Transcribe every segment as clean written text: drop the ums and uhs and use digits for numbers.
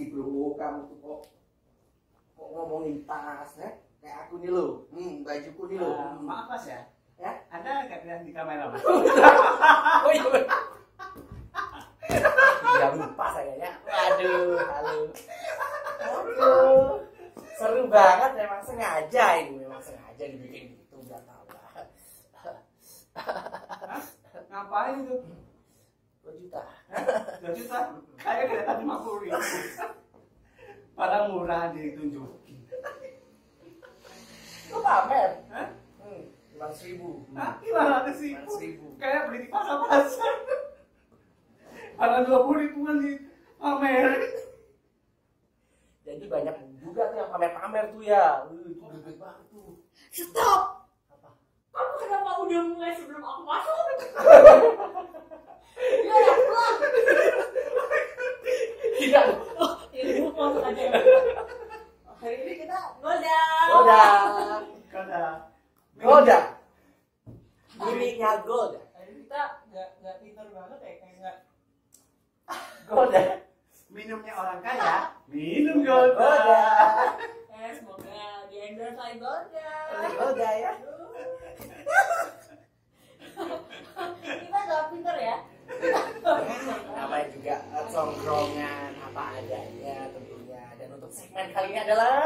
sih bro, kamu tuh kok ngomongin tas, ya? Kayak aku nih lo, bajuku nih lo. Maaf Mas ya. Ya? Anda nggak lihat di kamera Mas? Oh iya. Ya lupa sayanya. Waduh, halo. Aduh, seru banget, memang sengaja ini, memang sengaja dibikin gitu, nggak tahu lah. Ngapain itu? 2 juta. 2 juta? Kayak kelihatan 50.000. Barang murah ditunjukin. Lu pamer? Hah? 500.000. Nah, 500.000. 500.000. Kayak beli di pasar-pasar. Barang 20.000-an di pamer. Jadi banyak juga tuh yang pamer-pamer tuh ya. Itu gede banget tuh. Stop! Apa? Kamu kenapa udah mulai sebelum aku masuk? Ya udah pulang. Tidak. Ya udah masuk aja. Hari ini kita goda. Goda. Miliknya Goda. Hari ini kita nggak pintar banget ya, kayak nggak. Goda. Minumnya orang kaya, minum Goda. Semoga di endorse oleh Goda. Goda ya. Kita nggak pintar ya. Namanya juga tongkrongan apa adanya tentunya. Dan untuk segmen kali ini adalah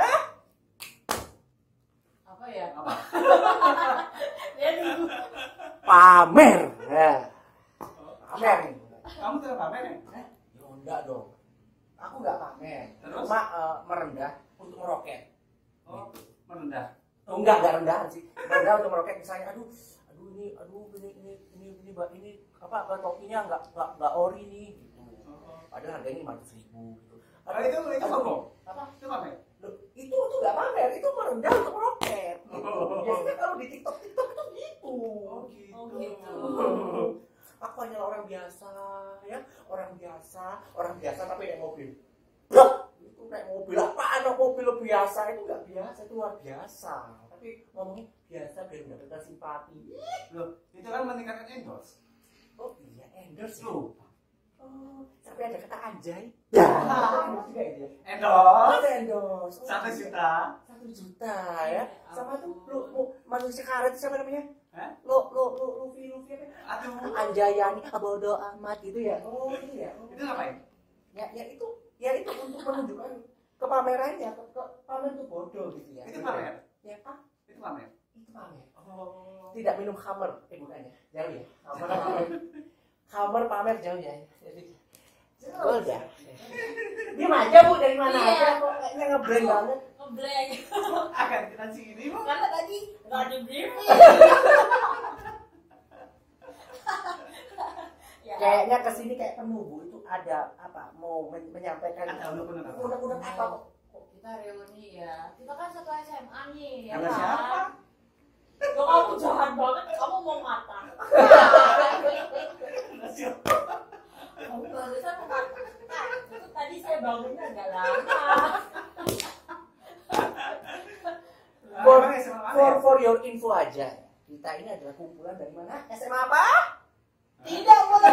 Apa ya? Apa? Jadi pamer. Ya. Pamer. Kamu tidak pamer ya? Ya enggak dong. Aku enggak pamer. Terus? Cuma merendah untuk meroket. Oh, merendah. Oh, enggak rendahan sih. Merendah untuk meroket misalnya aduh ini apa topinya enggak ori nih gitu. Padahal harganya 500.000 gitu. Itu sombong. Apa? Itu pamer. Loh, itu tuh enggak pamer, itu merendah untuk meroket. Gitu. Biasanya kalau di TikTok itu gitu. Oh gitu. Aku hanya orang biasa ya, orang biasa tapi naik mobil. Bro, itu naik mobil apaan? Mobil biasa itu nggak biasa, itu luar biasa. Tapi ngomongnya biasa biar mendapatkan simpati. Loh, itu kan meningkatkan endorse. Oh iya, endorse ya. Loh, Oh, sampai ada kata anjay. Ya, endorse juga itu ya. endorse Ada endorse. 1 juta. 1 juta ya. Sama tuh lu manusia karet siapa namanya? Hah? Luffy apa? Aduh, Anjayani bodo amat gitu ya. Oh iya. itu ngapain? Ya itu untuk menunjukkan kepamerannya, ke pamer tuh bodoh gitu ya. Itu pamer. Ya apa? Itu pamer. Itu pamer. Oh. Tidak minum khamer, bukannya. Jauh ya. Khamer pamer jauh ya. Jadi Goda. Dia aja Bu dari mana Iya. aja kok kayaknya ngeblank banget. Ngeblank. Akan kita sini, Bu. Karena tadi nggak ada briefing. Ya. Kayaknya kesini kayak penuh Bu, itu ada apa? Mau menyampaikan Ada unek-unek apa? unek-unek apa kok? Kita reuni ya. Kita kan satu SMA nih, ya Sama kan? siapa? Loh, kamu jahat banget, kamu mau mata. Kamu barusan mengatakan, itu tadi saya bangunnya agak lama. For your info aja, kita ini adalah kumpulan dari mana? SMA apa? Tidak boleh.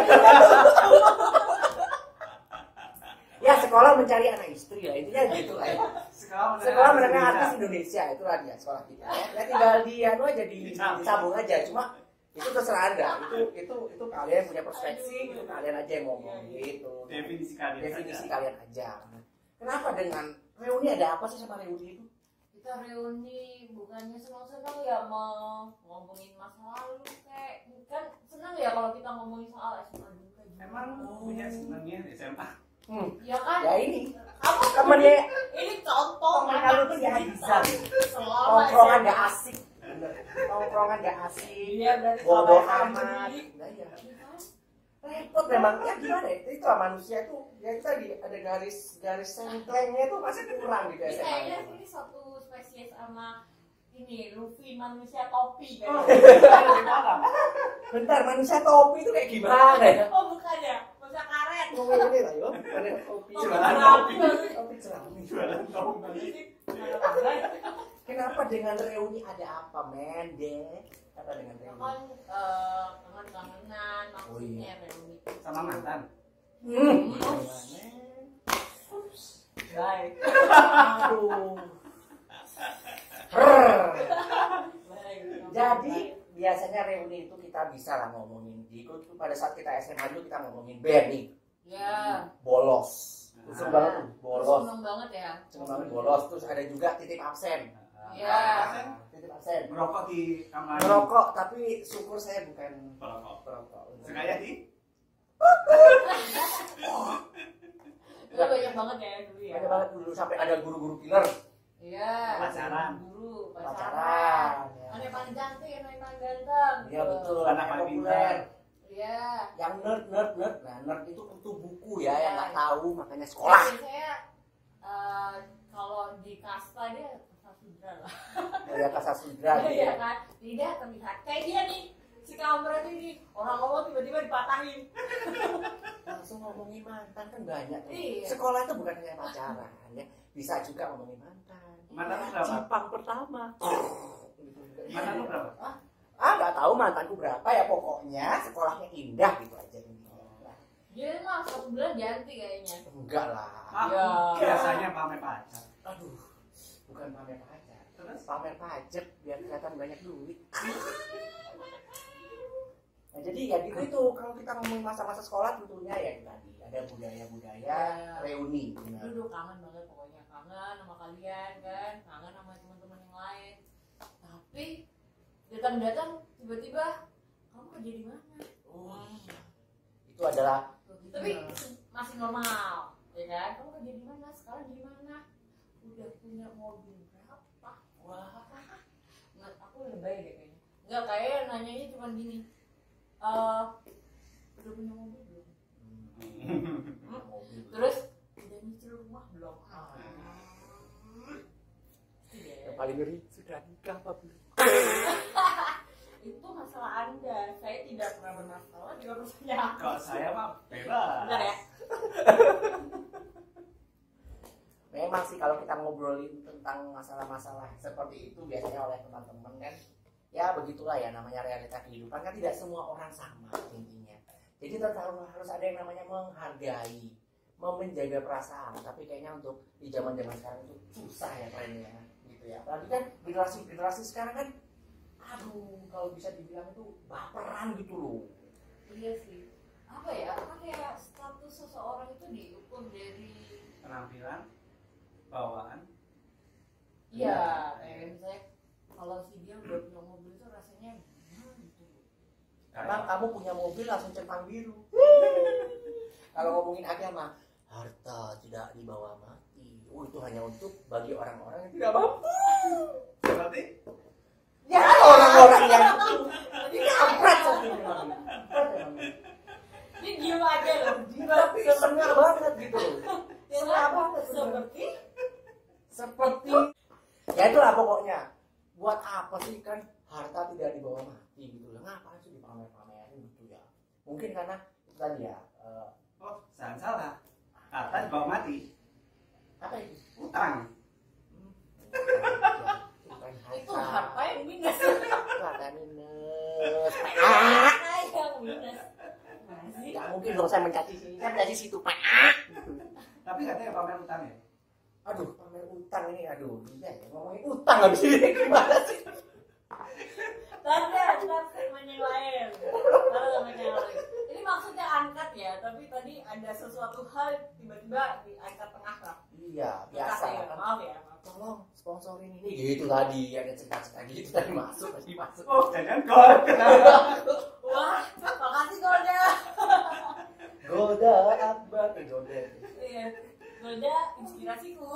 Ya sekolah mencari anak istri lah, intinya gitu lah ya. Sekolah menengah atas Indonesia, itulah dia sekolah kita. Ya tinggal di anu aja disambung aja, cuma itu terserah Anda. Itu kalian punya perspektif, itu kalian aja yang ngomong gitu. Definisi Kalian aja. Kenapa dengan reuni ada apa sih sama reuni itu? Kita reuni bukannya senang-senang ya mau ngomongin masa lalu kayak kan senang ya kalau kita ngomongin soal SMA dulu kayak gimana. Emang punya senangnya di SMA? Ya kan? Ya ini Kamu temennya ini contoh temen kamu tuh gak bisa. selama Nongkrongan SMA. gak asik. Nongkrongan gak asik. Iya berarti Bodoh kalau amat. sendiri. Nah, iya. Ya kan? Repot memang ya gimana ya itu lah manusia itu ya itu tadi ada garis sengklengnya itu masih kurang gitu Ini ya kayaknya ini satu spesies sama ini Luffy manusia topi kan? bentar manusia topi itu kayak gimana ya Oh bukan ya, manusia karet. ngomong ini lah yo mana topi Jualan topi. topi cerami Jualan topi. kenapa dengan reuni ada apa men deh apa dengan reuni Kan kangen-kangenan Oh, maksudnya iya. reuni. Sama mantan. gimana ngomongin di ikut pada saat kita SMA dulu kita ngomongin band nih. Ya. Bolos. Seneng banget tuh, bolos. Seneng banget ya. Seneng banget bolos. Terus ada juga titip absen. Iya. Titip absen. Merokok di kamar. Merokok, tapi syukur saya bukan Perokok. Sekaya di? Itu banyak banget ya dulu ya. banyak banget dulu sampai ada guru-guru killer. Iya. Pacaran. Guru, Pacaran. pacaran. Ya. Anak paling cantik, anak yang paling ganteng. Iya betul, Anak anak paling populer. Iya. Yang nerd. Nah, nerd itu kutu buku ya, yang Iya. nggak tahu makanya sekolah. Saya kalau di kasta dia kasta sudra lah. Ya Kasasudra gitu. Iya kan? Tidak terlihat kayak dia nih. Si kampret ini orang ngomong tiba-tiba dipatahin. Langsung ngomongin mantan kan banyak tuh. Iya. Sekolah itu bukan hanya pacaran ya, bisa juga ngomongin mantan. Mantan lu berapa? Cipang pertama. Mantan lu berapa? Nggak tahu mantanku berapa ya, pokoknya sekolahnya indah gitu aja. Dia mah 1 bulan ganti kayaknya. Enggak lah. Ya. Biasanya pamer pacar. Aduh, bukan pamer pacar. Terus? Pamer pajak biar kelihatan banyak duit. Nah, jadi ya gitu itu kalau kita ngomongin masa-masa sekolah tentunya ya tadi ada budaya-budaya Ya. reuni. Dulu kangen banget pokoknya, kangen sama kalian kan, kangen sama teman-teman yang lain. Tapi datang-datang tiba-tiba kamu kerja di mana? Itu adalah Tapi masih normal, ya kan? Kamu kerja di mana? Sekarang di mana? Udah punya mobil berapa? Wah, nggak, aku lebay deh kayaknya. Nggak, kayak nanyanya cuma gini. Udah punya mobil belum? mobil. Terus udah nyicil rumah belum? Yang paling ngeri sudah nikah apa belum? Itu masalah Anda. Saya tidak pernah bermasalah dengan urusannya. Kalau saya mah bebas. Benar ya? Memang sih kalau kita ngobrolin tentang masalah-masalah seperti itu biasanya oleh teman-teman kan, ya begitulah ya namanya realita kehidupan kan tidak semua orang sama intinya. Jadi tetap harus ada yang namanya menghargai, menjaga perasaan. Tapi kayaknya untuk di zaman-zaman sekarang itu susah ya trennya, gitu ya. Apalagi kan generasi sekarang kan, aduh kalau bisa dibilang itu baperan gitu loh. Iya sih. Apa ya? Apa kayak status seseorang itu diukur dari Penampilan, bawaan. iya, kayak misalnya kalau si dia udah punya mobil itu rasanya gimana gitu. Karena kamu punya mobil langsung centang biru. Kalau ngomongin agama, harta tidak dibawa mati. Itu hanya untuk bagi orang-orang yang tidak mampu. Berarti Ya orang-orang yang ini kampret seperti ini. Ini diem aja loh. Tapi setengah banget gitu. Setengah banget seperti ya itulah pokoknya. Buat apa sih kan harta tidak dibawa mati gitu lah. Ngapain sih dipamer-pamerin gitu ya? Mungkin karena itu tadi ya. jangan salah. Harta dibawa mati. Apa itu? Utang. Itu harta yang minus. Harta minus. Yang minus. Masih. Gak mungkin dong saya mencaci sini. Saya mencaci situ. Tapi katanya pamer utang ya. Aduh, pamer utang ini, aduh, iya ya, ngomongin utang habis ini gimana sih? Tanda segmen yang lain. Ini maksudnya angkat ya, tapi tadi ada sesuatu hal tiba-tiba diangkat tengah lah. Iya, biasa Ya, kan. maaf ya. Maaf. Tolong sponsorin ini gitu tadi, ada cerita-cerita gitu tadi masuk. Oh, jangan kok. Wah, makasih Golda. Goda Akbar, Goda. Iya, Golda inspirasiku.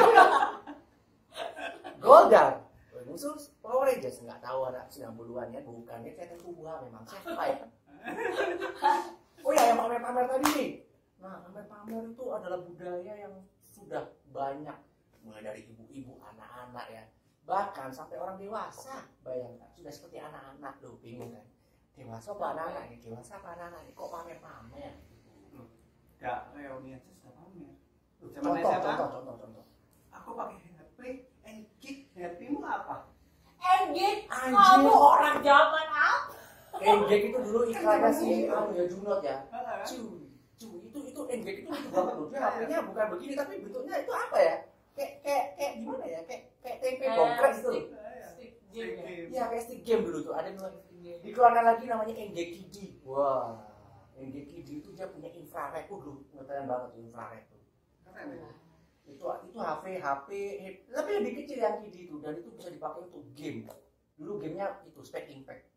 Goda. Musuh Power Rangers nggak tahu anak 90-an ya, bukan ya kayak tua memang siapa ya? Oh ya, yang pamer-pamer tadi nih. Nah, pamer-pamer itu adalah budaya yang sudah banyak mulai dari ibu-ibu, anak-anak ya, bahkan sampai orang dewasa. Bayangkan sudah seperti anak-anak loh, bingung kan? Dewasa apa anak-anak ini? Dewasa apa anak-anak ini? Kok pamer-pamer? Gak reuni aja sudah pamer. Zaman SMA, Contoh. aku pakai HP, Engage, HP-mu apa? Engage, Anjir. kamu orang zaman apa? Engage itu dulu iklannya si ya Junot ya. Kan? Cuy, itu Engage itu lucu banget loh. Dia HP-nya bukan begini tapi bentuknya itu apa ya? Kayak gimana ya? Kayak tempe bongkar gitu loh. Stick game ya? Iya, kayak stick game dulu tuh. Ada dua Dikeluarkan lagi namanya NGKD. Wah, NGKD itu dia punya infrared. Ngetren banget tuh infrared tuh. Itu HP tapi lebih kecil yang KD itu, dan itu bisa dipakai untuk game. Dulu gamenya itu Spec Impact.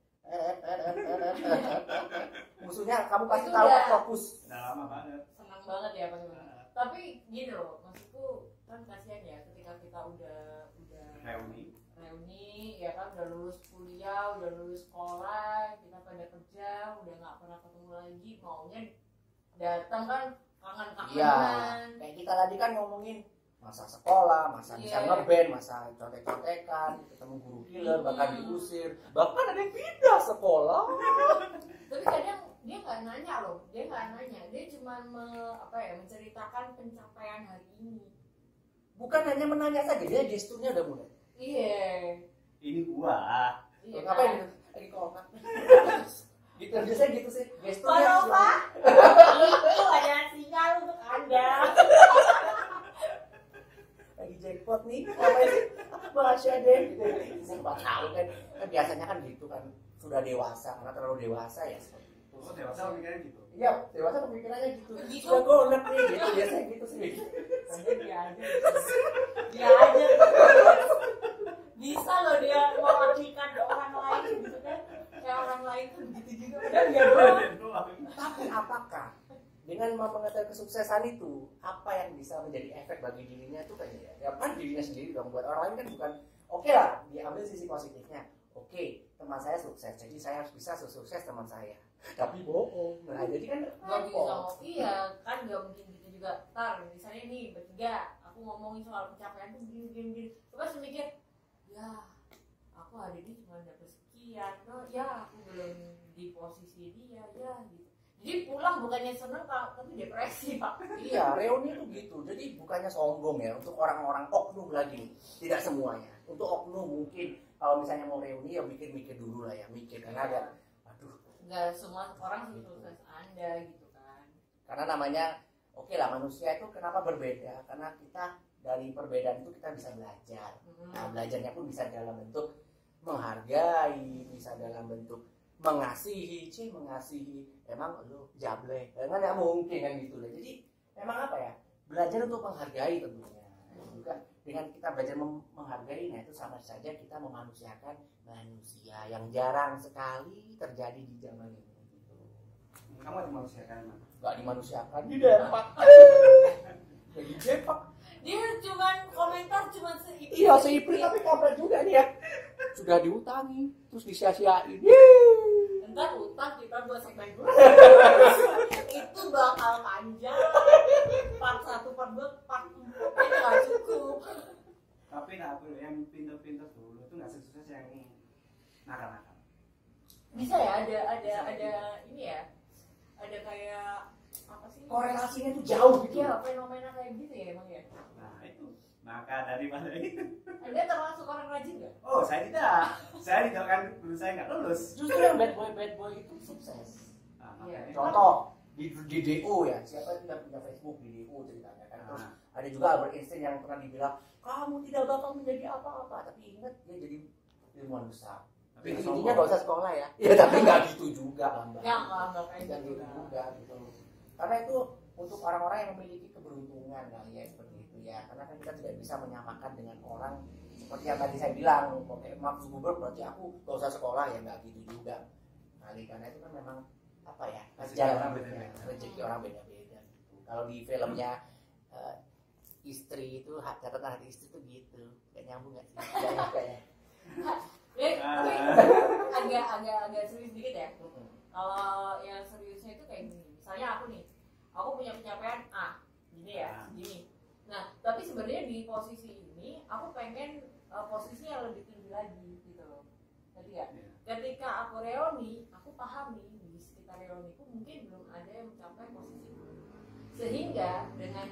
Musuhnya kamu pasti tahu fokus. Udah lama banget. Senang banget ya pasti. Tapi gini loh, maksudku kan kasihan ya ketika kita udah reuni ya kan, udah lulus kuliah, udah lulus sekolah, kita pada kerja, udah nggak pernah ketemu lagi, maunya datang kan kangen-kangenan. Iya, kayak kita tadi kan ngomongin masa sekolah, masa bisa ngeband, masa contek-contekan, ketemu guru killer, bahkan diusir, bahkan ada yang pindah sekolah. Tapi kadang dia nggak nanya loh, dia cuma menceritakan pencapaian hari ini. Bukan hanya menanya saja, dia gesturnya udah mulai. Iya. Ini gua. Iya, ngapain gitu? Lagi kolak. Gitu biasanya gitu sih gesturnya. Pak? Itu ada sinyal untuk Anda. Lagi jackpot nih, ngapain sih? Bahasa deh gitu. Sempat tahu kan biasanya kan gitu kan, sudah dewasa, karena terlalu dewasa ya seperti itu. Oh, dewasa pemikirannya gitu. Iya, dewasa pemikirannya gitu. Sudah gonek nih gitu, biasanya gitu sih. Dia aja bisa loh dia mewakilkan orang lain gitu kan, kayak orang lain tuh begitu juga kan ya doang. Tapi apakah dengan mengejar kesuksesan itu, apa yang bisa menjadi efek bagi dirinya itu kan ya kan dirinya sendiri dong. Buat orang lain kan bukan oke lah, diambil sisi positifnya. Oke, teman saya sukses, jadi saya harus bisa sukses teman saya. Tapi bohong. Nah, jadi kan nggak bisa. Iya kan, nggak mungkin gitu juga. Ntar misalnya nih bertiga, aku ngomongin soal pencapaian tuh gini. Terus mikir, ya aku hari ini cuma dapet sekian, ya aku belum di posisi dia, ya gitu. Jadi pulang bukannya seneng tapi depresi Pak. Iya, reuni itu gitu. Jadi bukannya sombong ya untuk orang-orang oknum lagi, tidak semuanya. Untuk oknum mungkin kalau misalnya mau reuni ya mikir-mikir dulu lah ya, karena ada nggak semua orang sukses Anda gitu kan. Karena namanya oke lah, manusia itu kenapa berbeda? Karena kita dari perbedaan itu kita bisa belajar. Nah, belajarnya pun bisa dalam bentuk menghargai, bisa dalam bentuk mengasihi. Emang lu jable, kan nggak mungkin kan gitu lah. Jadi emang apa ya? Belajar untuk menghargai tentunya. Juga dengan kita belajar menghargai, nah itu sama saja kita memanusiakan manusia yang jarang sekali terjadi di zaman ini. Gitu. Kamu dimanusiakan mana? Gak dimanusiakan, di depak. Jadi depak. Dia cuman komentar cuman seiprit. Iya seiprit, tapi kampret juga nih ya. Sudah diutangi, terus disia-siain. Ntar utang kita buat segmen dulu. Itu bakal panjang. Part 1, part 2, part 4 itu gak cukup. Tapi nggak perlu yang pintar-pintar dulu itu nggak sukses yang nakal-nakal. Bisa ya, ada ini ya, ada kayak apa sih? Korelasinya tuh jauh gitu. Iya, fenomena kayak gitu ya emang ya. Nah itu, maka dari mana itu? Anda termasuk orang rajin nggak? Oh saya tidak. Saya tidak kan dulu saya nggak lulus. Justru yang bad boy itu sukses. Iya. Contoh di DO ya, siapa yang punya Facebook di DO ceritanya kan. Terus ada juga Albert Einstein yang pernah dibilang kamu tidak bakal menjadi apa-apa, tapi ingat dia jadi ilmuwan besar. Tapi intinya gak usah sekolah ya. Ya tapi nggak gitu juga Bang. Ya nggak kayak gitu juga gitu. Karena itu untuk orang-orang yang memiliki keberuntungan kali ya, seperti itu ya. Karena kan kita tidak bisa menyamakan dengan orang seperti yang tadi saya bilang, oke Mark Zuckerberg berarti aku gak usah sekolah, ya nggak gitu juga. Kali karena itu kan memang apa ya? Rezeki orang beda-beda. Kalau di filmnya istri itu catatan hati istri itu gitu, kayak nyambung nggak sih? Tapi agak serius dikit ya. Kalau yang seriusnya itu kayak gini, misalnya aku punya pencapaian A, gini ya, segini. Nah, tapi sebenarnya di posisi ini aku pengen posisi yang lebih tinggi lagi gitu. Ngerti nggak? Ketika aku reuni, aku paham nih di sekitar reuniku mungkin belum ada yang mencapai posisi itu. Sehingga dengan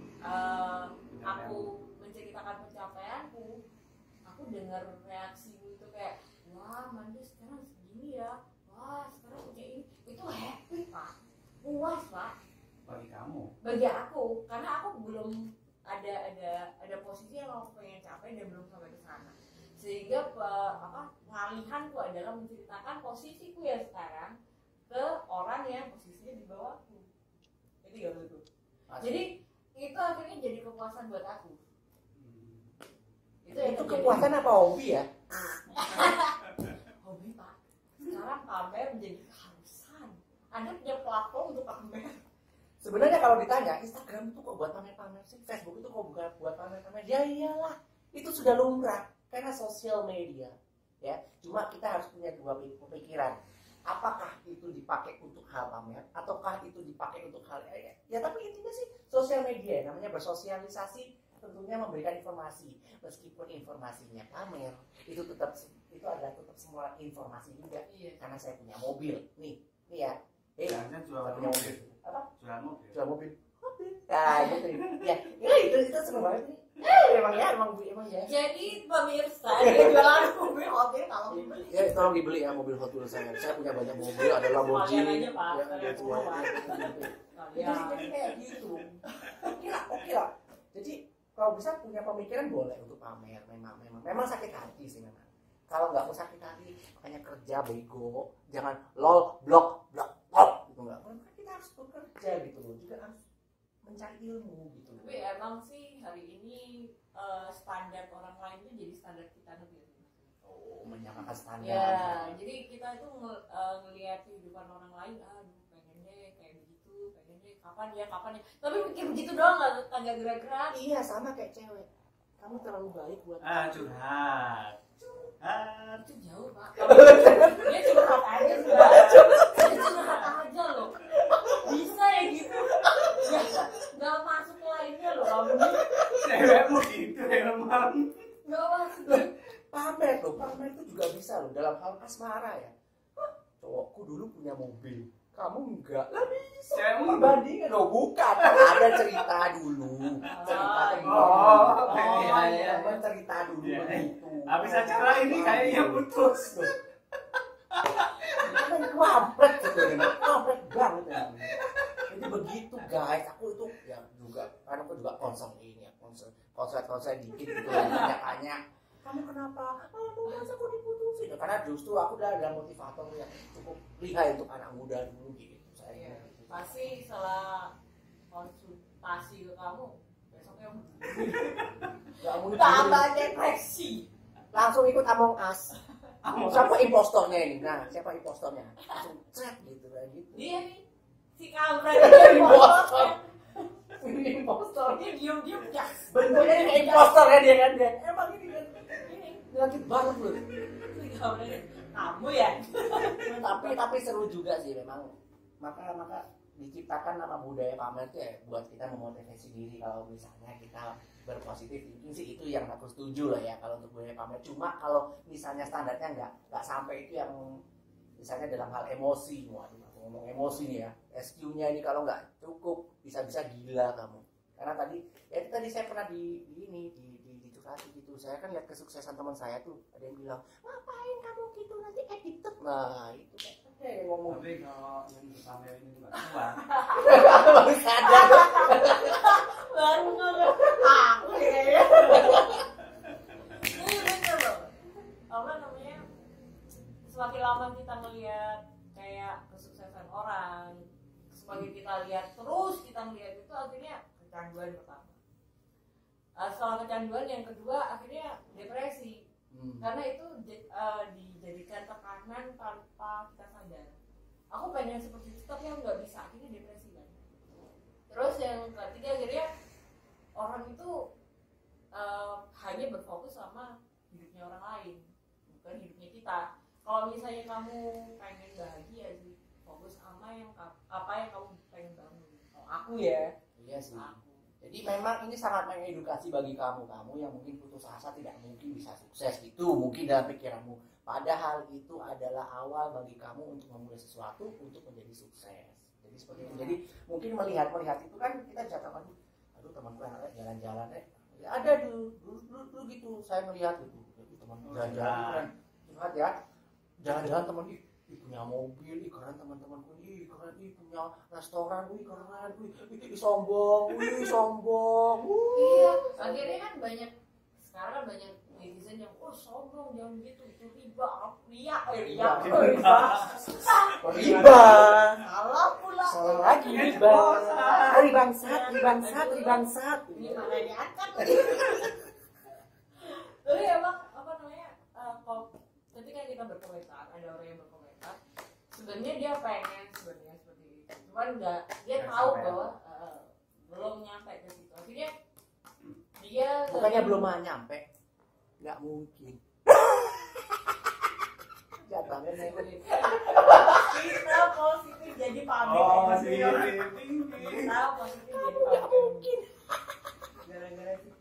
aku menceritakan pencapaianku, aku dengar reaksimu itu kayak, wah Manda sekarang segini ya, wah sekarang punya ini, itu happy Pak, puas Pak. Bagi kamu? Bagi aku, karena aku belum ada posisi yang aku pengen capai dan belum sampai ke sana, sehingga pengalihanku adalah menceritakan posisiku yang sekarang ke orang yang posisinya di bawahku. Itu ya betul. Jadi itu akhirnya jadi kepuasan buat aku. Itu kepuasan apa hobi ya? Hobi Pak. Sekarang pamer menjadi keharusan. Anda punya platform untuk pamer. Sebenarnya kalau ditanya Instagram itu kok buat pamer-pamer sih, Facebook itu kok bukan buat pamer-pamer? Ya iyalah, itu sudah lumrah karena sosial media. Ya, cuma kita harus punya dua pemikiran. Apakah itu dipakai untuk hal pamer ataukah itu dipakai untuk hal ya tapi intinya sih sosial media namanya bersosialisasi, tentunya memberikan informasi meskipun informasinya pamer itu adalah tetap semua informasi juga. Karena saya punya mobil nih ya jual punya mobil apa jual mobil nah gitu ya itu seneng banget nih. Emang ya. Jadi pemirsa dia jualan mobil hotel kalau dibeli. Ya tolong dibeli ya mobil Hot Wheels saya. Saya punya banyak mobil, ada Lamborghini. Ya, Jadi kayak gitu. Oke lah. Jadi kalau bisa punya pemikiran boleh untuk pamer. Memang sakit hati sih memang. Kalau nggak mau sakit hati, makanya kerja bego. Jangan lol blok gitu nggak. Kita harus bekerja gitu loh. Juga harus mencari ilmu gitu. Tapi emang sih hari ini standar orang lain itu jadi standar kita lebih. Oh, menyamakan standar. Ya, jadi kita itu ngelihat kehidupan orang lain, aduh pengen deh kayak begitu, pengen deh kapan ya. Tapi mikir begitu doang nggak gerak-gerak. Iya sama kayak cewek. Kamu terlalu baik buat. Curhat. Itu jauh Pak. Dia curhat aja loh. Bisa ya gitu. Nggak masuk lainnya loh kamu. Cewekmu gitu emang. Nggak masuk. Pamer itu juga bisa loh dalam hal asmara ya. Cowokku dulu punya mobil, kamu enggak lah bisa. Perbandingan loh bukan. Ada cerita dulu. Cerita dulu begitu. Habis acara ini kayaknya putus. Kan kampret sebenarnya, kampret banget ya. Jadi begitu guys, aku itu ya juga, karena aku juga konser ini ya, konser dikit gitu tanya-tanya. Kamu kenapa? Masa aku diputusin? Karena justru aku udah ada motivator yang cukup lihai untuk anak muda dulu gitu. Saya pasti setelah konsultasi ke kamu besoknya tambah depresi. Langsung ikut Among Us. Siapa impostornya ini? Nah, siapa impostornya? Langsung cek gitu kan gitu. Dia nih si kampret impostor. Impostor. Dia diam-diam ya. Bentuknya kayak impostor ya dia kan dia. Emang ini kan sakit banget loh. Kamu ya. Tapi seru juga sih memang. Maka diciptakan nama budaya pamer itu ya buat kita memotivasi diri. Kalau misalnya kita berpositif thinking sih itu yang aku setuju lah ya kalau untuk budaya pamer. Cuma kalau misalnya standarnya nggak sampai itu yang misalnya dalam hal emosi, waduh aku ngomong emosi nih ya, SQ-nya ini kalau nggak cukup bisa-bisa gila kamu. Karena tadi saya pernah dicurhati gitu. Saya kan lihat kesuksesan teman saya tuh ada yang bilang ngapain kamu gitu nanti edited. Nah itu kayak ngomong. Tapi kalau yang pamer ini juga tua. Baru sadar. Baru ngomong aku ya. Ini bener loh. Apa namanya? Semakin lama kita melihat kayak kesuksesan orang, semakin kita lihat terus kita melihat itu akhirnya kecanduan pertama. Setelah kecanduan yang kedua akhirnya depresi. Karena itu dijadikan tekanan tanpa kita sadar. Aku pengen seperti itu tapi aku nggak bisa, akhirnya depresi kan. Terus yang ketiga akhirnya orang itu hanya berfokus sama hidupnya orang lain, bukan hidupnya kita. Kalau misalnya kamu pengen bahagia sih, fokus sama apa yang kamu pengen bangun. Oh, aku ya. Iya sih. Jadi memang ini sangat mengedukasi bagi kamu yang mungkin putus asa tidak mungkin bisa sukses itu mungkin dalam pikiranmu. Padahal itu adalah awal bagi kamu untuk memulai sesuatu untuk menjadi sukses. Jadi seperti itu. Jadi mungkin melihat itu kan kita jatuhkan, aduh temanku yang jalan-jalan ya ada dulu gitu saya melihat gitu teman jalan-jalan kan curhat ya jalan-jalan teman punya mobil, keren teman-temanku, keren, punya restoran, keren, sombong. Iya, akhirnya kan sekarang banyak netizen yang sombong, jangan gitu, itu riba, Ria. Riba. Salah pula. Salah lagi riba. Ribangsat. Ini mana diangkat lagi. Tapi emang apa namanya? Ketika kita berkomentar, ada orang yang berkomentar, sebenarnya dia pengen sebenarnya seperti itu. Cuman dia tahu bahwa belum nyampe ke situ. Akhirnya dia bukannya belum nyampe, nggak mungkin. Jahat banget nih. Kita positif jadi pamit. Kita positif jadi pamit. Nggak mungkin. Gara-gara sih.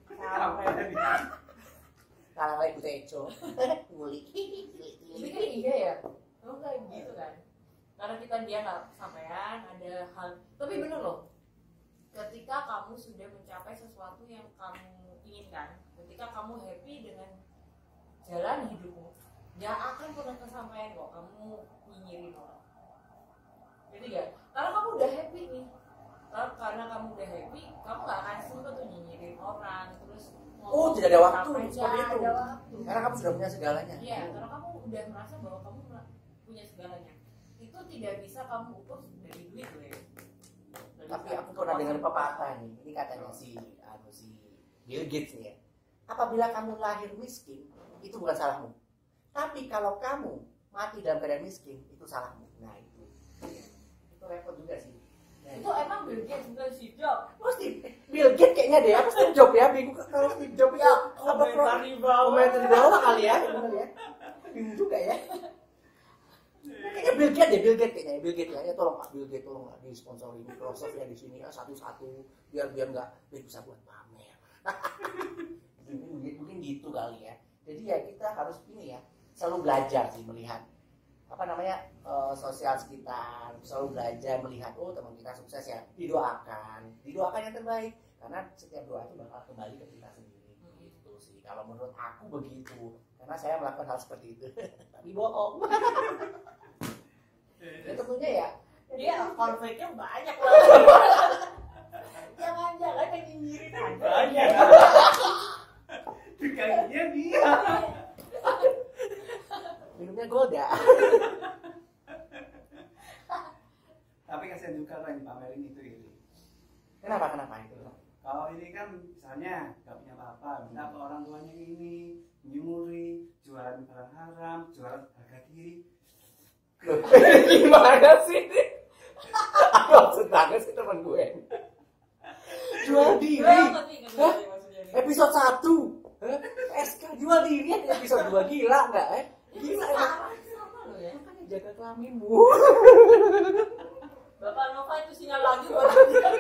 Kalah lagi Bu Tejo. Ngulik. Jadi kan iya ya. Lo kayak gitu kan. Karena dia nggak sampean ada hal. Tapi bener loh. Ketika kamu sudah mencapai sesuatu yang kamu inginkan, ketika kamu happy dengan jalan hidupmu, gak akan pernah kesampaian kok kamu nyinyirin orang. Jadi ya, karena kamu udah happy nih. Karena kamu udah happy, kamu gak akan sempet tuh nyinyirin orang terus. Oh, tidak ada waktu seperti itu. Ada waktu. Karena kamu sudah punya segalanya. Iya, karena kamu udah merasa bahwa kamu punya segalanya. Itu tidak bisa kamu ukur dari duit loh ya. Tapi aku pernah dengar pepatah nih. Ini katanya si Bill Gates nih ya. Apabila kamu lahir miskin, itu bukan salahmu. Tapi kalau kamu mati dalam keadaan miskin, itu salahmu. Nah itu repot juga sih. Nah, itu emang Bill Gates bukan Steve Jobs. pasti Bill Gates kayaknya deh. Apa Steve Jobs ya? Bingung kalau Steve Jobs itu komentar di bawah. Komentar di bawah kali ya, benar ya. Bingung juga ya. Kayaknya Bill Gates kayaknya. Bill Gates ya, tolong Pak Bill Gates, tolong nggak disponsori Microsoft ya di sini ya satu-satu biar nggak bisa buat pamer. mungkin gitu kali ya. Jadi ya kita harus ini ya selalu belajar sih melihat apa namanya sosial sekitar, selalu belajar melihat oh teman kita sukses ya didoakan yang terbaik karena setiap doa itu bakal kembali ke kita sendiri. Gitu sih kalau menurut aku begitu karena saya melakukan hal seperti itu tapi bohong. Ya tentunya ya Dia konfliknya banyak banget. Jangan-jangan yang nyinyirin aja. Banyak. Kayaknya dia. minumnya Golda. Tapi kasihan juga kan dipamerin itu ini. Kenapa itu? Kalau ini kan misalnya nggak punya apa-apa, minta ke orang tuanya ini, nyuri, jualan barang haram, jualan harga diri. Gimana sih? Aku maksud banget sih teman gue. Jual diri. Hah? Episode 1. SK jual diri ada episode 2 gila enggak Gila emang. Makanya jaga kelaminmu. Bapak Nova itu sinyal lagi buat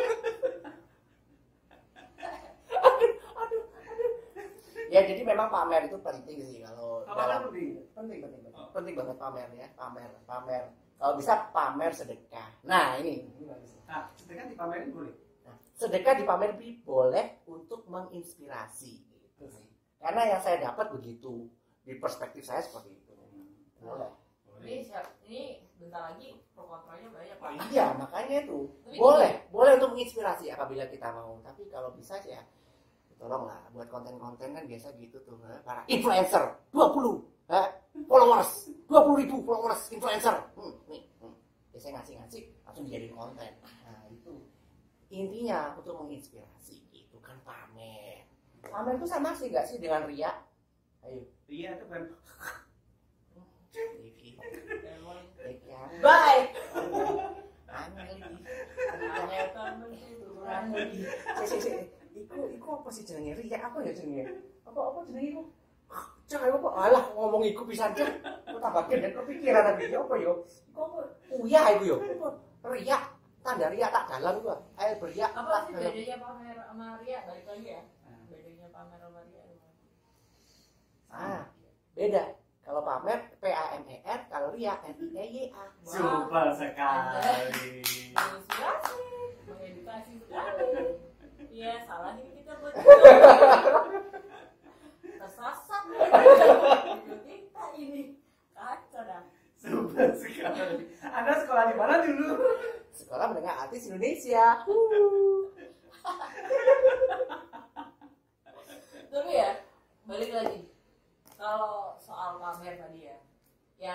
Aduh. Ya jadi memang pamer itu penting sih kalau dalam penting banget pamer ya, pamer. Kalau bisa pamer sedekah. Nah, ini. Nah, sedekah dipamerin boleh. Nah, sedekah dipamer boleh untuk menginspirasi gitu sih. Karena yang saya dapat begitu di perspektif saya seperti itu. Boleh. Ini bentar lagi pro kontranya banyak Pak. Iya, makanya itu. Tapi Boleh untuk menginspirasi apabila kita mau. Tapi kalau bisa ya tolonglah buat konten-konten kan biasa gitu tuh. Para influencer 20 followers, 20.000 followers influencer. Nih. Biasanya ngasih langsung dijadiin konten. Nah, itu intinya untuk menginspirasi gitu kan pamer. Pamer itu sama sih enggak sih dengan ria? Ayo. Iya itu kan. Bye. Iku apa sih jenenge ria? Apa ya jenenge? Apa jenenge iku? Jangan apa alah ngomong iku pisan cek. Kok tambah gendeng kepikiran tadi apa yo? Iku apa? Uyah iku yo. Ria, tanda ria tak dalam iku. Ayo beria. Apa sih bedanya pamer sama ria? Balik lagi ya. Bedanya pamer sama ria. Beda. Kalau pamer PAMER, kalau ria NIEA. Super sekali. Inspirasi, mengedukasi sekali. Iya, salah ini kita buat tersasar. Kita ini kacau dah. Super sekali. Anda sekolah di mana dulu? Sekolah Menengah Artis Indonesia. Tapi ya, balik lagi. Kalau soal pamer tadi ya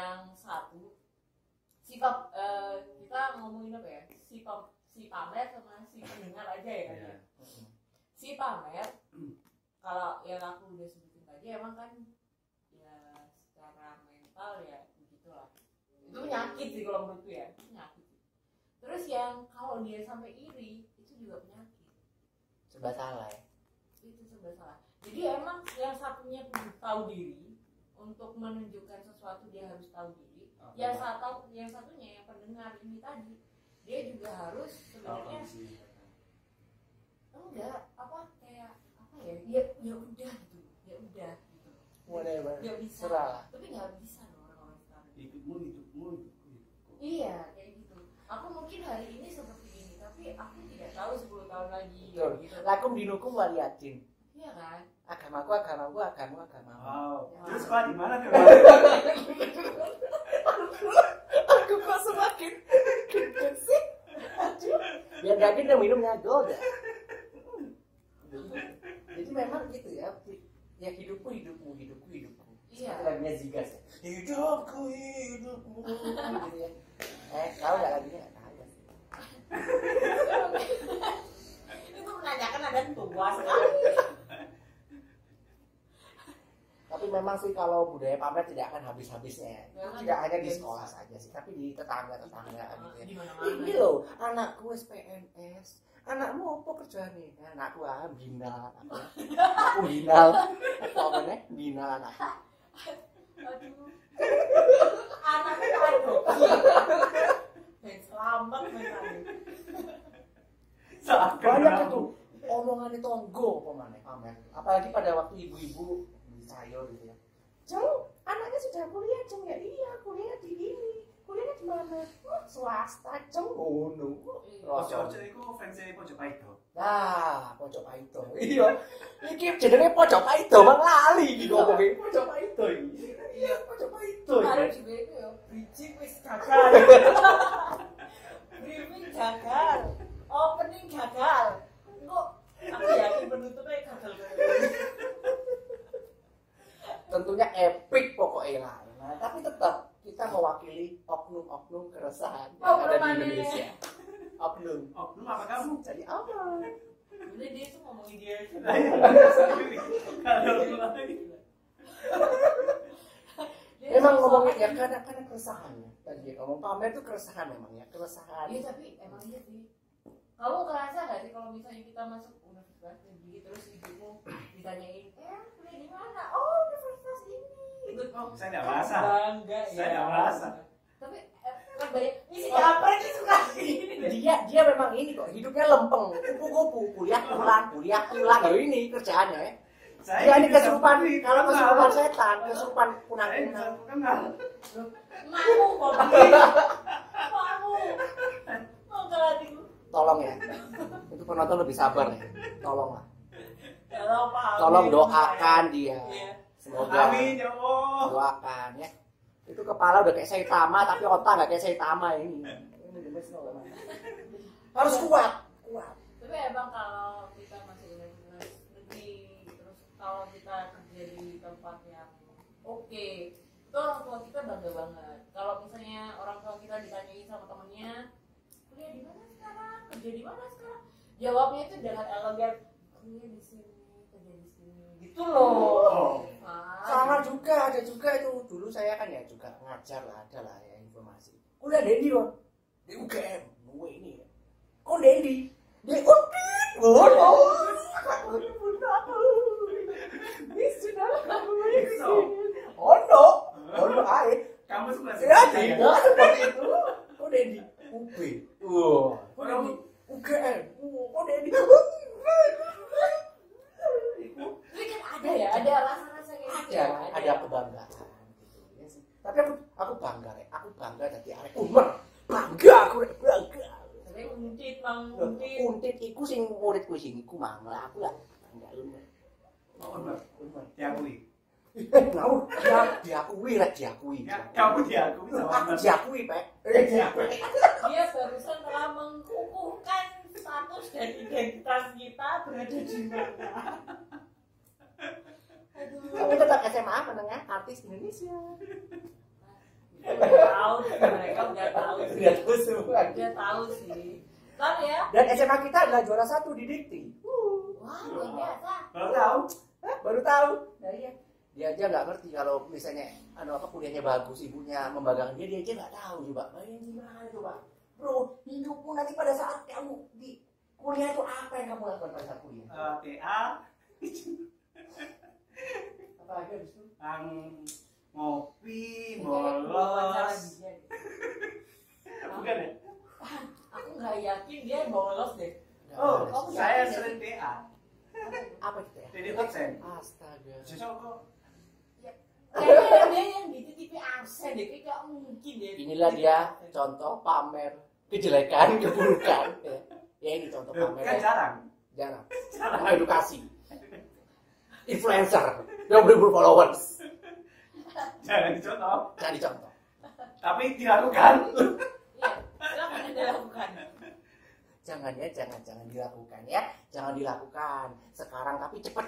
si pamer kalau yang aku udah sebutin tadi emang kan ya secara mental ya begitulah, itu penyakit sih kalau menurutku ya, itu penyakit. Terus yang kalau dia sampai iri itu juga penyakit, Serba salah ya. itu serba salah. Jadi emang yang satunya perlu tahu diri, untuk menunjukkan sesuatu dia harus tahu diri. Yang satunya yang pendengar ini tadi, dia juga harus sebenarnya enggak apa kayak apa ya, ya udah gitu, ya udah gitu. Whatever. Nggak bisa, Serah. tapi nggak bisa loh orang-orang sekarang. hidupmu. Iya kayak gitu. Aku mungkin hari ini seperti ini, tapi aku tidak tahu 10 tahun lagi. Betul. Gitu. Lakum dinukum waliyadin. Iya kan? Agamaku agamamu, agamamu agamamu. Wow. Ya. Terus sekolah di mana tuh? Aku kok semakin gede sih. Aduh. Biar yakin yang minumnya goda. Jadi memang gitu ya. Ya hidupku hidupmu, hidupku hidupku. Iya. Seperti lagunya Zigas ya. Hidupku hidupmu. Gitu ya. Kalau nggak lagunya nggak tahu ya. Itu menanyakan ada tua sekali. Tapi memang sih kalau budaya pamer tidak akan habis-habisnya. Jangan. Tidak hanya di sekolah saja sih, tapi di tetangga-tetangga gitu ya. Di mana-mana. Ini loh, anakku PNS. Anakmu apa kerjanya? Anakku binal. Aku binal. Apa namanya? Binal anakku. Aduh. Anaknya adopsi. Dan selamat mentalnya. Banyak itu omongannya tonggo pamer. Apalagi pada waktu ibu-ibu beli sayur gitu ya. Jeng, anaknya sudah kuliah, Jeng ya? Iya, kuliah di ini. Kuliahnya di mana? Swasta, Jeng. Oh no. Ojo-ojo itu fansnya Pojokpaido. Nah, Pojokpaido. Iya. Iki jenenge Pojokpaido, Bang lali iki ngomongnya. Pojokpaido iki. Iya, Pojokpaido. Harus juga itu ya, bridging wis gagal. Briefing gagal. Opening gagal. Kok aku yakin penutupnya gagal. Tentunya epic pokoknya lah. Nah, tapi tetap kita mewakili oknum-oknum keresahan yang ada di Indonesia. Oknum. Oknum apa kamu? Jadi apa? Jadi dia tuh ngomongin dia. Kalau mulai. Memang ngomongin ya karena keresahan ya. Tadi ngomong pamer itu keresahan memang ya, keresahan. Iya tapi emang iya sih. Kamu ngerasa gak sih kalau misalnya kita masuk universitas negeri terus ibumu ditanyain, kuliah di mana? Oh, universitas ini. Gitu. Oh, saya nggak merasa. Bangga ya. Saya nggak merasa. Tapi kan banyak. Ini siapa ini suka gini? Dia memang ini kok hidupnya lempeng, kupu-kupu, kuliah pulang. Loh ini kerjaannya ya. Dia ini kesurupan, kalau kesurupan setan, kesurupan kunang-kunang. Mamu kok. Mamu. Mau keladiku. Tolong ya, untuk penonton lebih sabar ya. Tolonglah. Tolong Doakan dia. Iya. Semoga Amin ya Allah. doakan ya. Itu kepala udah kayak Saitama tapi otak nggak kayak Saitama ini. Harus kuat. Tapi emang kalau kita masuk universitas negeri, terus kalau kita kerja di tempat yang oke, itu orang tua kita bangga banget. Kalau misalnya orang tua kita ditanyain sama temennya, kuliah di mana sekarang, kerja di mana sekarang, jawabnya itu dengan elegan, kuliah di sini, kerja di sini, gitu loh. Sama juga, ada juga itu. Dulu saya kan ya juga ngajar lah, ada lah ya informasi. Kuliah Dendi kok. Di UGM, gue ini ya. Kok Dendi? Di Undip. Ono ae. Kamu suka Ya, tidak seperti itu. Kok Dendi? UB. Kok Dendi? UGM. Kok Dendi? Tapi kan ada ya, ada rasa-rasa kayak gitu. Ada kebanggaan gitu ya sih. Tapi aku bangga rek. Aku bangga dadi arek Umer. Bangga aku rek, bangga. Tapi untit. Untit iku sing muridku sing iku mang lah aku lah. Bangga Umer. Umer. Diakui. Ngawur, diakui rek, diakui. Kamu diakui sama Aku Umer. diakui, Pak. Dia barusan telah mengukuhkan status dan identitas kita berada di mana. Tapi tetap SMA menengah artis Indonesia. Tahu sih, mereka udah tahu sih. Udah tahu semua. Udah tahu sih. Kan ya? Dan SMA kita adalah juara 1 di Dikti. Wah, luar biasa. Baru tahu. Baru tahu. Nah, iya. Dia aja nggak ngerti kalau misalnya kuliahnya bagus, ibunya membanggakan dia aja nggak tahu coba. Bayangin gimana coba, bro, hidupmu nanti pada saat kamu di kuliah itu apa yang kamu lakukan pada saat kuliah? TA. Apa lagi habis itu? Ngopi, Wawancara bolos. dia. Bukan ya? Aku nggak yakin dia bolos deh. Oh, kamu saya yakin sering TA. Apa itu ya? Jadi absen. Astaga. Sesok kok. Kayaknya dia yang dititipi absen deh, kayak nggak mungkin deh. Inilah dia contoh pamer kejelekan, keburukan. Ya ini contoh pamer. Kan jarang. Jarang. Edukasi. Influencer. 20.000 followers. Jangan dicontoh. Jadi contoh. Tapi dilakukan. Iya, silakan dilakukan. Jangan dilakukan ya. Jangan dilakukan sekarang tapi cepat.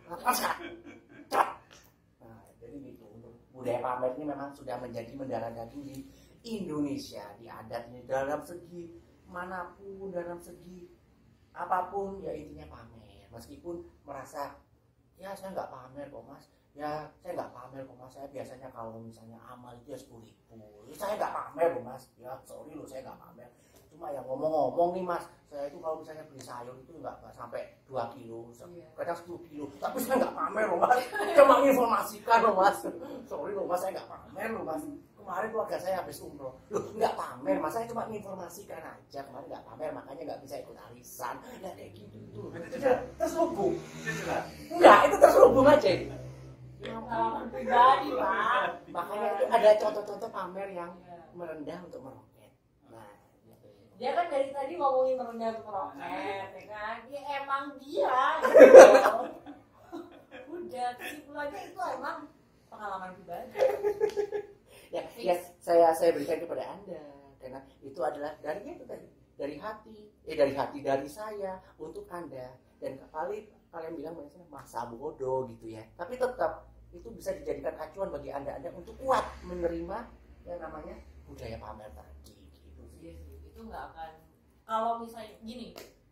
Cepat. Nah, jadi gitu. Budaya pamer ini memang sudah menjadi mendarah daging di Indonesia, di adatnya dalam segi manapun, dalam segi apapun ya intinya pamer. Meskipun merasa ya saya nggak pamer kok mas, ya saya nggak pamer kok mas, saya biasanya kalau misalnya amal itu ya 10.000, saya nggak pamer loh mas, ya sorry loh saya nggak pamer. Cuma ya ngomong-ngomong nih mas, saya itu kalau misalnya beli sayur itu nggak sampai 2 kilo, kadang 10 kilo, tapi saya nggak pamer loh mas, cuma informasikan loh mas, sorry loh mas saya nggak pamer loh mas. Kemarin keluarga saya habis umroh, loh nggak pamer mas, saya cuma menginformasikan aja, kemarin nggak pamer makanya nggak bisa ikut arisan, ya kayak gitu tuh, terselubung. Enggak, itu terselubung aja. Pengalaman pribadi pak. Makanya itu ada contoh-contoh pamer yang merendah untuk meroket. Nah, gitu. Dia kan dari tadi ngomongin merendah untuk meroket, ya kan? Dia emang dia. Gitu. Udah, kesimpulannya itu emang pengalaman pribadi. Ya, saya berikan kepada Anda karena itu adalah dari itu tadi, dari hati dari saya untuk Anda, dan kalian bilang misalnya masa bodoh gitu ya, tapi tetap itu bisa dijadikan acuan bagi anda untuk kuat menerima yang namanya budaya pamer tadi gitu sih. Itu nggak akan, kalau misalnya gini,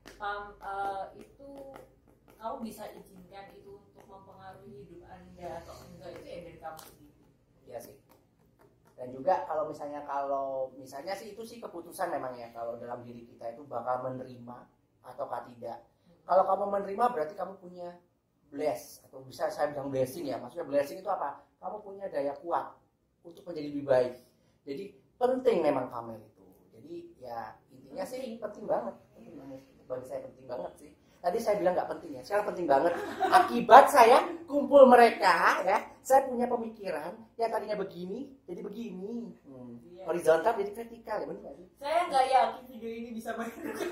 itu kamu bisa izinkan itu untuk mempengaruhi hidup anda atau enggak itu ya dari kamu sendiri. Iya sih. Dan juga kalau misalnya sih itu sih keputusan memang ya, kalau dalam diri kita itu bakal menerima ataukah tidak. Kalau kamu menerima berarti kamu punya bless, atau bisa saya bilang blessing ya. Maksudnya blessing itu apa? Kamu punya daya kuat untuk menjadi lebih baik. Jadi penting memang pamer itu. Jadi ya intinya sih penting banget. Bagi saya penting banget sih. Tadi saya bilang nggak penting ya, sekarang penting banget. Akibat saya kumpul mereka ya, saya punya pemikiran yang tadinya begini jadi begini, horizontal jadi vertikal ya, benar sih? Saya nggak yakin video ini bisa mengedukasi.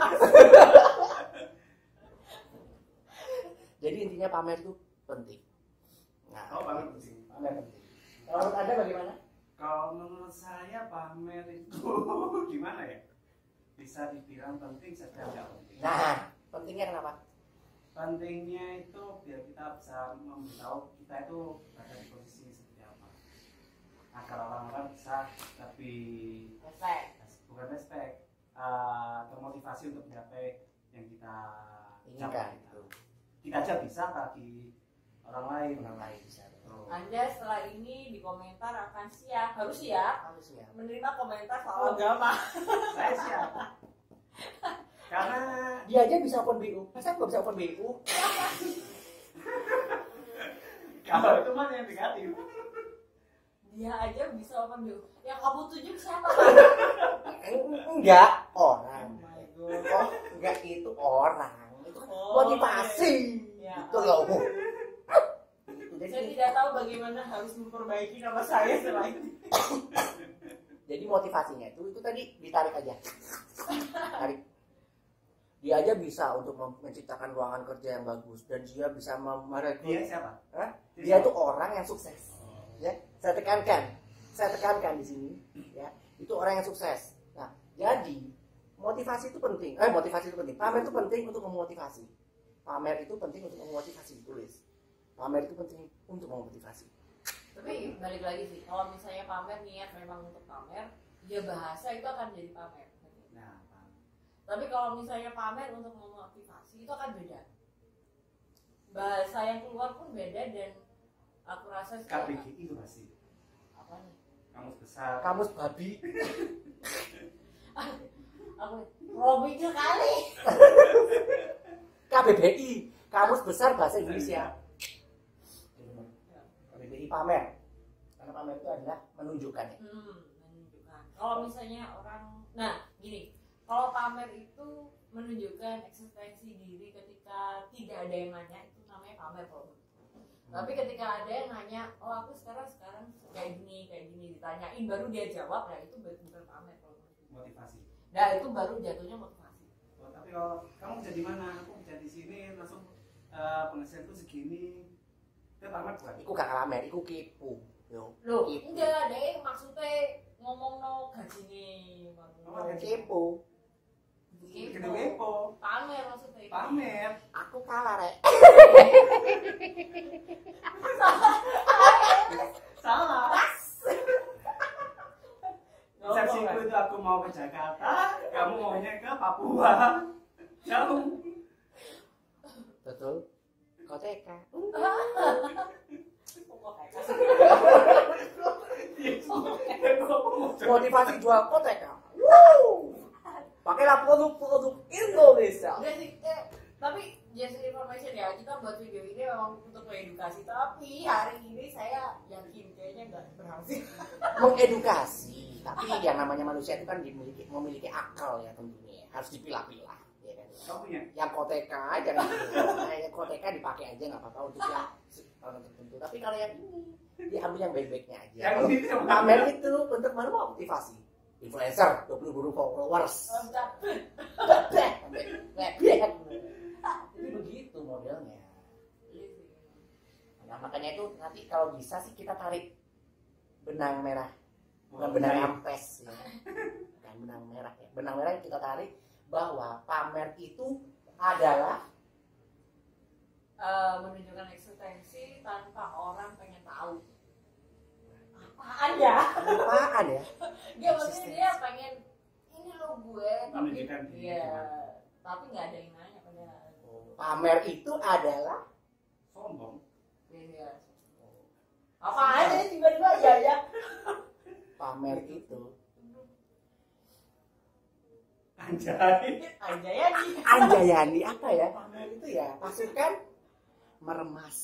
Jadi intinya pamer itu penting. Nah, Pamer penting. Pamer penting. Kalau menurut Anda bagaimana? Kalau menurut saya pamer itu gimana ya? Bisa dibilang penting, sedang nggak penting. Nah, pentingnya kenapa? Pentingnya itu biar kita bisa memberitahu kita itu berada di posisi seperti apa, agar orang-orang bisa lebih bukan respect, termotivasi untuk mencapai yang kita Inginkan. Kita aja bisa, bagi orang lain bisa. Anda setelah ini di komentar akan harus siap menerima komentar soal Oh. agama. Saya siap. Karena Dia aja bisa open BU, masa nggak bisa open BU? kalau itu mah yang negatif. Dia aja bisa open BU. Yang kamu tunjuk siapa? Enggak orang. Oh my god. Oh, enggak itu orang. Itu kan Oh, motivasi. ya. Gitu loh. Gitu. Saya tidak tahu bagaimana harus memperbaiki nama saya selain Jadi motivasinya itu tadi ditarik aja. Tarik. Dia aja bisa untuk menciptakan ruangan kerja yang bagus, dan dia bisa merekrut. Dia siapa? Dia itu orang yang sukses. Ya, saya tekankan di sini. Ya, itu orang yang sukses. Nah, jadi motivasi itu penting. Pamer itu penting untuk memotivasi. Pamer itu penting untuk memotivasi. Tulis. Pamer itu penting untuk memotivasi. Tapi balik lagi sih, kalau misalnya pamer niat memang untuk pamer, ya bahasa itu akan jadi pamer. Nah, Tapi kalau misalnya pamer untuk memotivasi itu akan beda. bahasa yang keluar pun beda dan aku rasa sih KBGI itu pasti. apa nih? Kamus besar. Kamus babi. Aku Robi kali. KBBI, Kamus Besar Bahasa Indonesia. KBBI pamer. Karena pamer itu adalah menunjukkan ya. Menunjukkan. Kalau misalnya orang, nah gini, kalau pamer itu menunjukkan eksistensi diri ketika tidak ada yang nanya, itu namanya pamer kalau menurutku. Tapi ketika ada yang nanya, oh aku sekarang kayak gini ditanyain baru dia jawab, ya itu bukan pamer kalau menurutku. Motivasi. Nah itu baru jatuhnya motivasi. Oh, tapi kalau kamu kerja di mana? Aku kerja di sini langsung penghasilanku segini. Itu pamer bukan? Iku gak pamer, iku kipu. Yo. Loh, Kipu. enggak deh, maksudnya ngomong no gaji nih. Kipu. Gede kepo. Pamer maksudnya. Pamer. Aku kalah rek. Salah. Persepsiku itu aku mau ke Jakarta, kamu maunya ke Papua. Jauh. Betul. Koteka. Motivasi jual koteka. Wow. Pakailah produk-produk Indonesia. Udah sih, tapi just information ya, kita buat video ini memang untuk mengedukasi, tapi hari ini saya yakin kayaknya nggak berhasil. Mengedukasi, tapi yang namanya manusia itu kan memiliki akal ya tentunya. Harus dipilah-pilah. Ya kan? Kamu punya? Yang koteka jangan yang koteka dipakai aja nggak apa-apa untuk yang tertentu. Tapi kalau yang ini diambil yang baik-baiknya aja. Yang ini sama. Pamer itu untuk mana motivasi. Influencer 20.000 followers. Jadi begitu modelnya. Nah, makanya itu nanti kalau bisa sih kita tarik benang merah, bukan benang ampes ya. Bukan benang merah ya. Benang merah yang kita tarik bahwa pamer itu adalah Menunjukkan eksistensi tanpa orang pengen tahu. Apaan ya? apaan ya? Dia maksudnya dia pengen ini lo gue. Menunjukkan diri. Iya. Tapi nggak ada yang nanya padahal. Pamer itu adalah Sombong. Iya. Apaan sih tiba-tiba ya? pamer itu Anjay. Anjayani apa ya? Pamer itu ya pasukan meremas.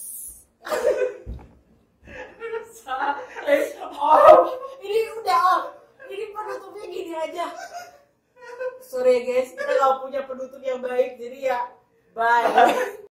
Ini udah ini penutupnya gini aja. Sorry guys, kita nggak punya penutup yang baik, jadi ya bye.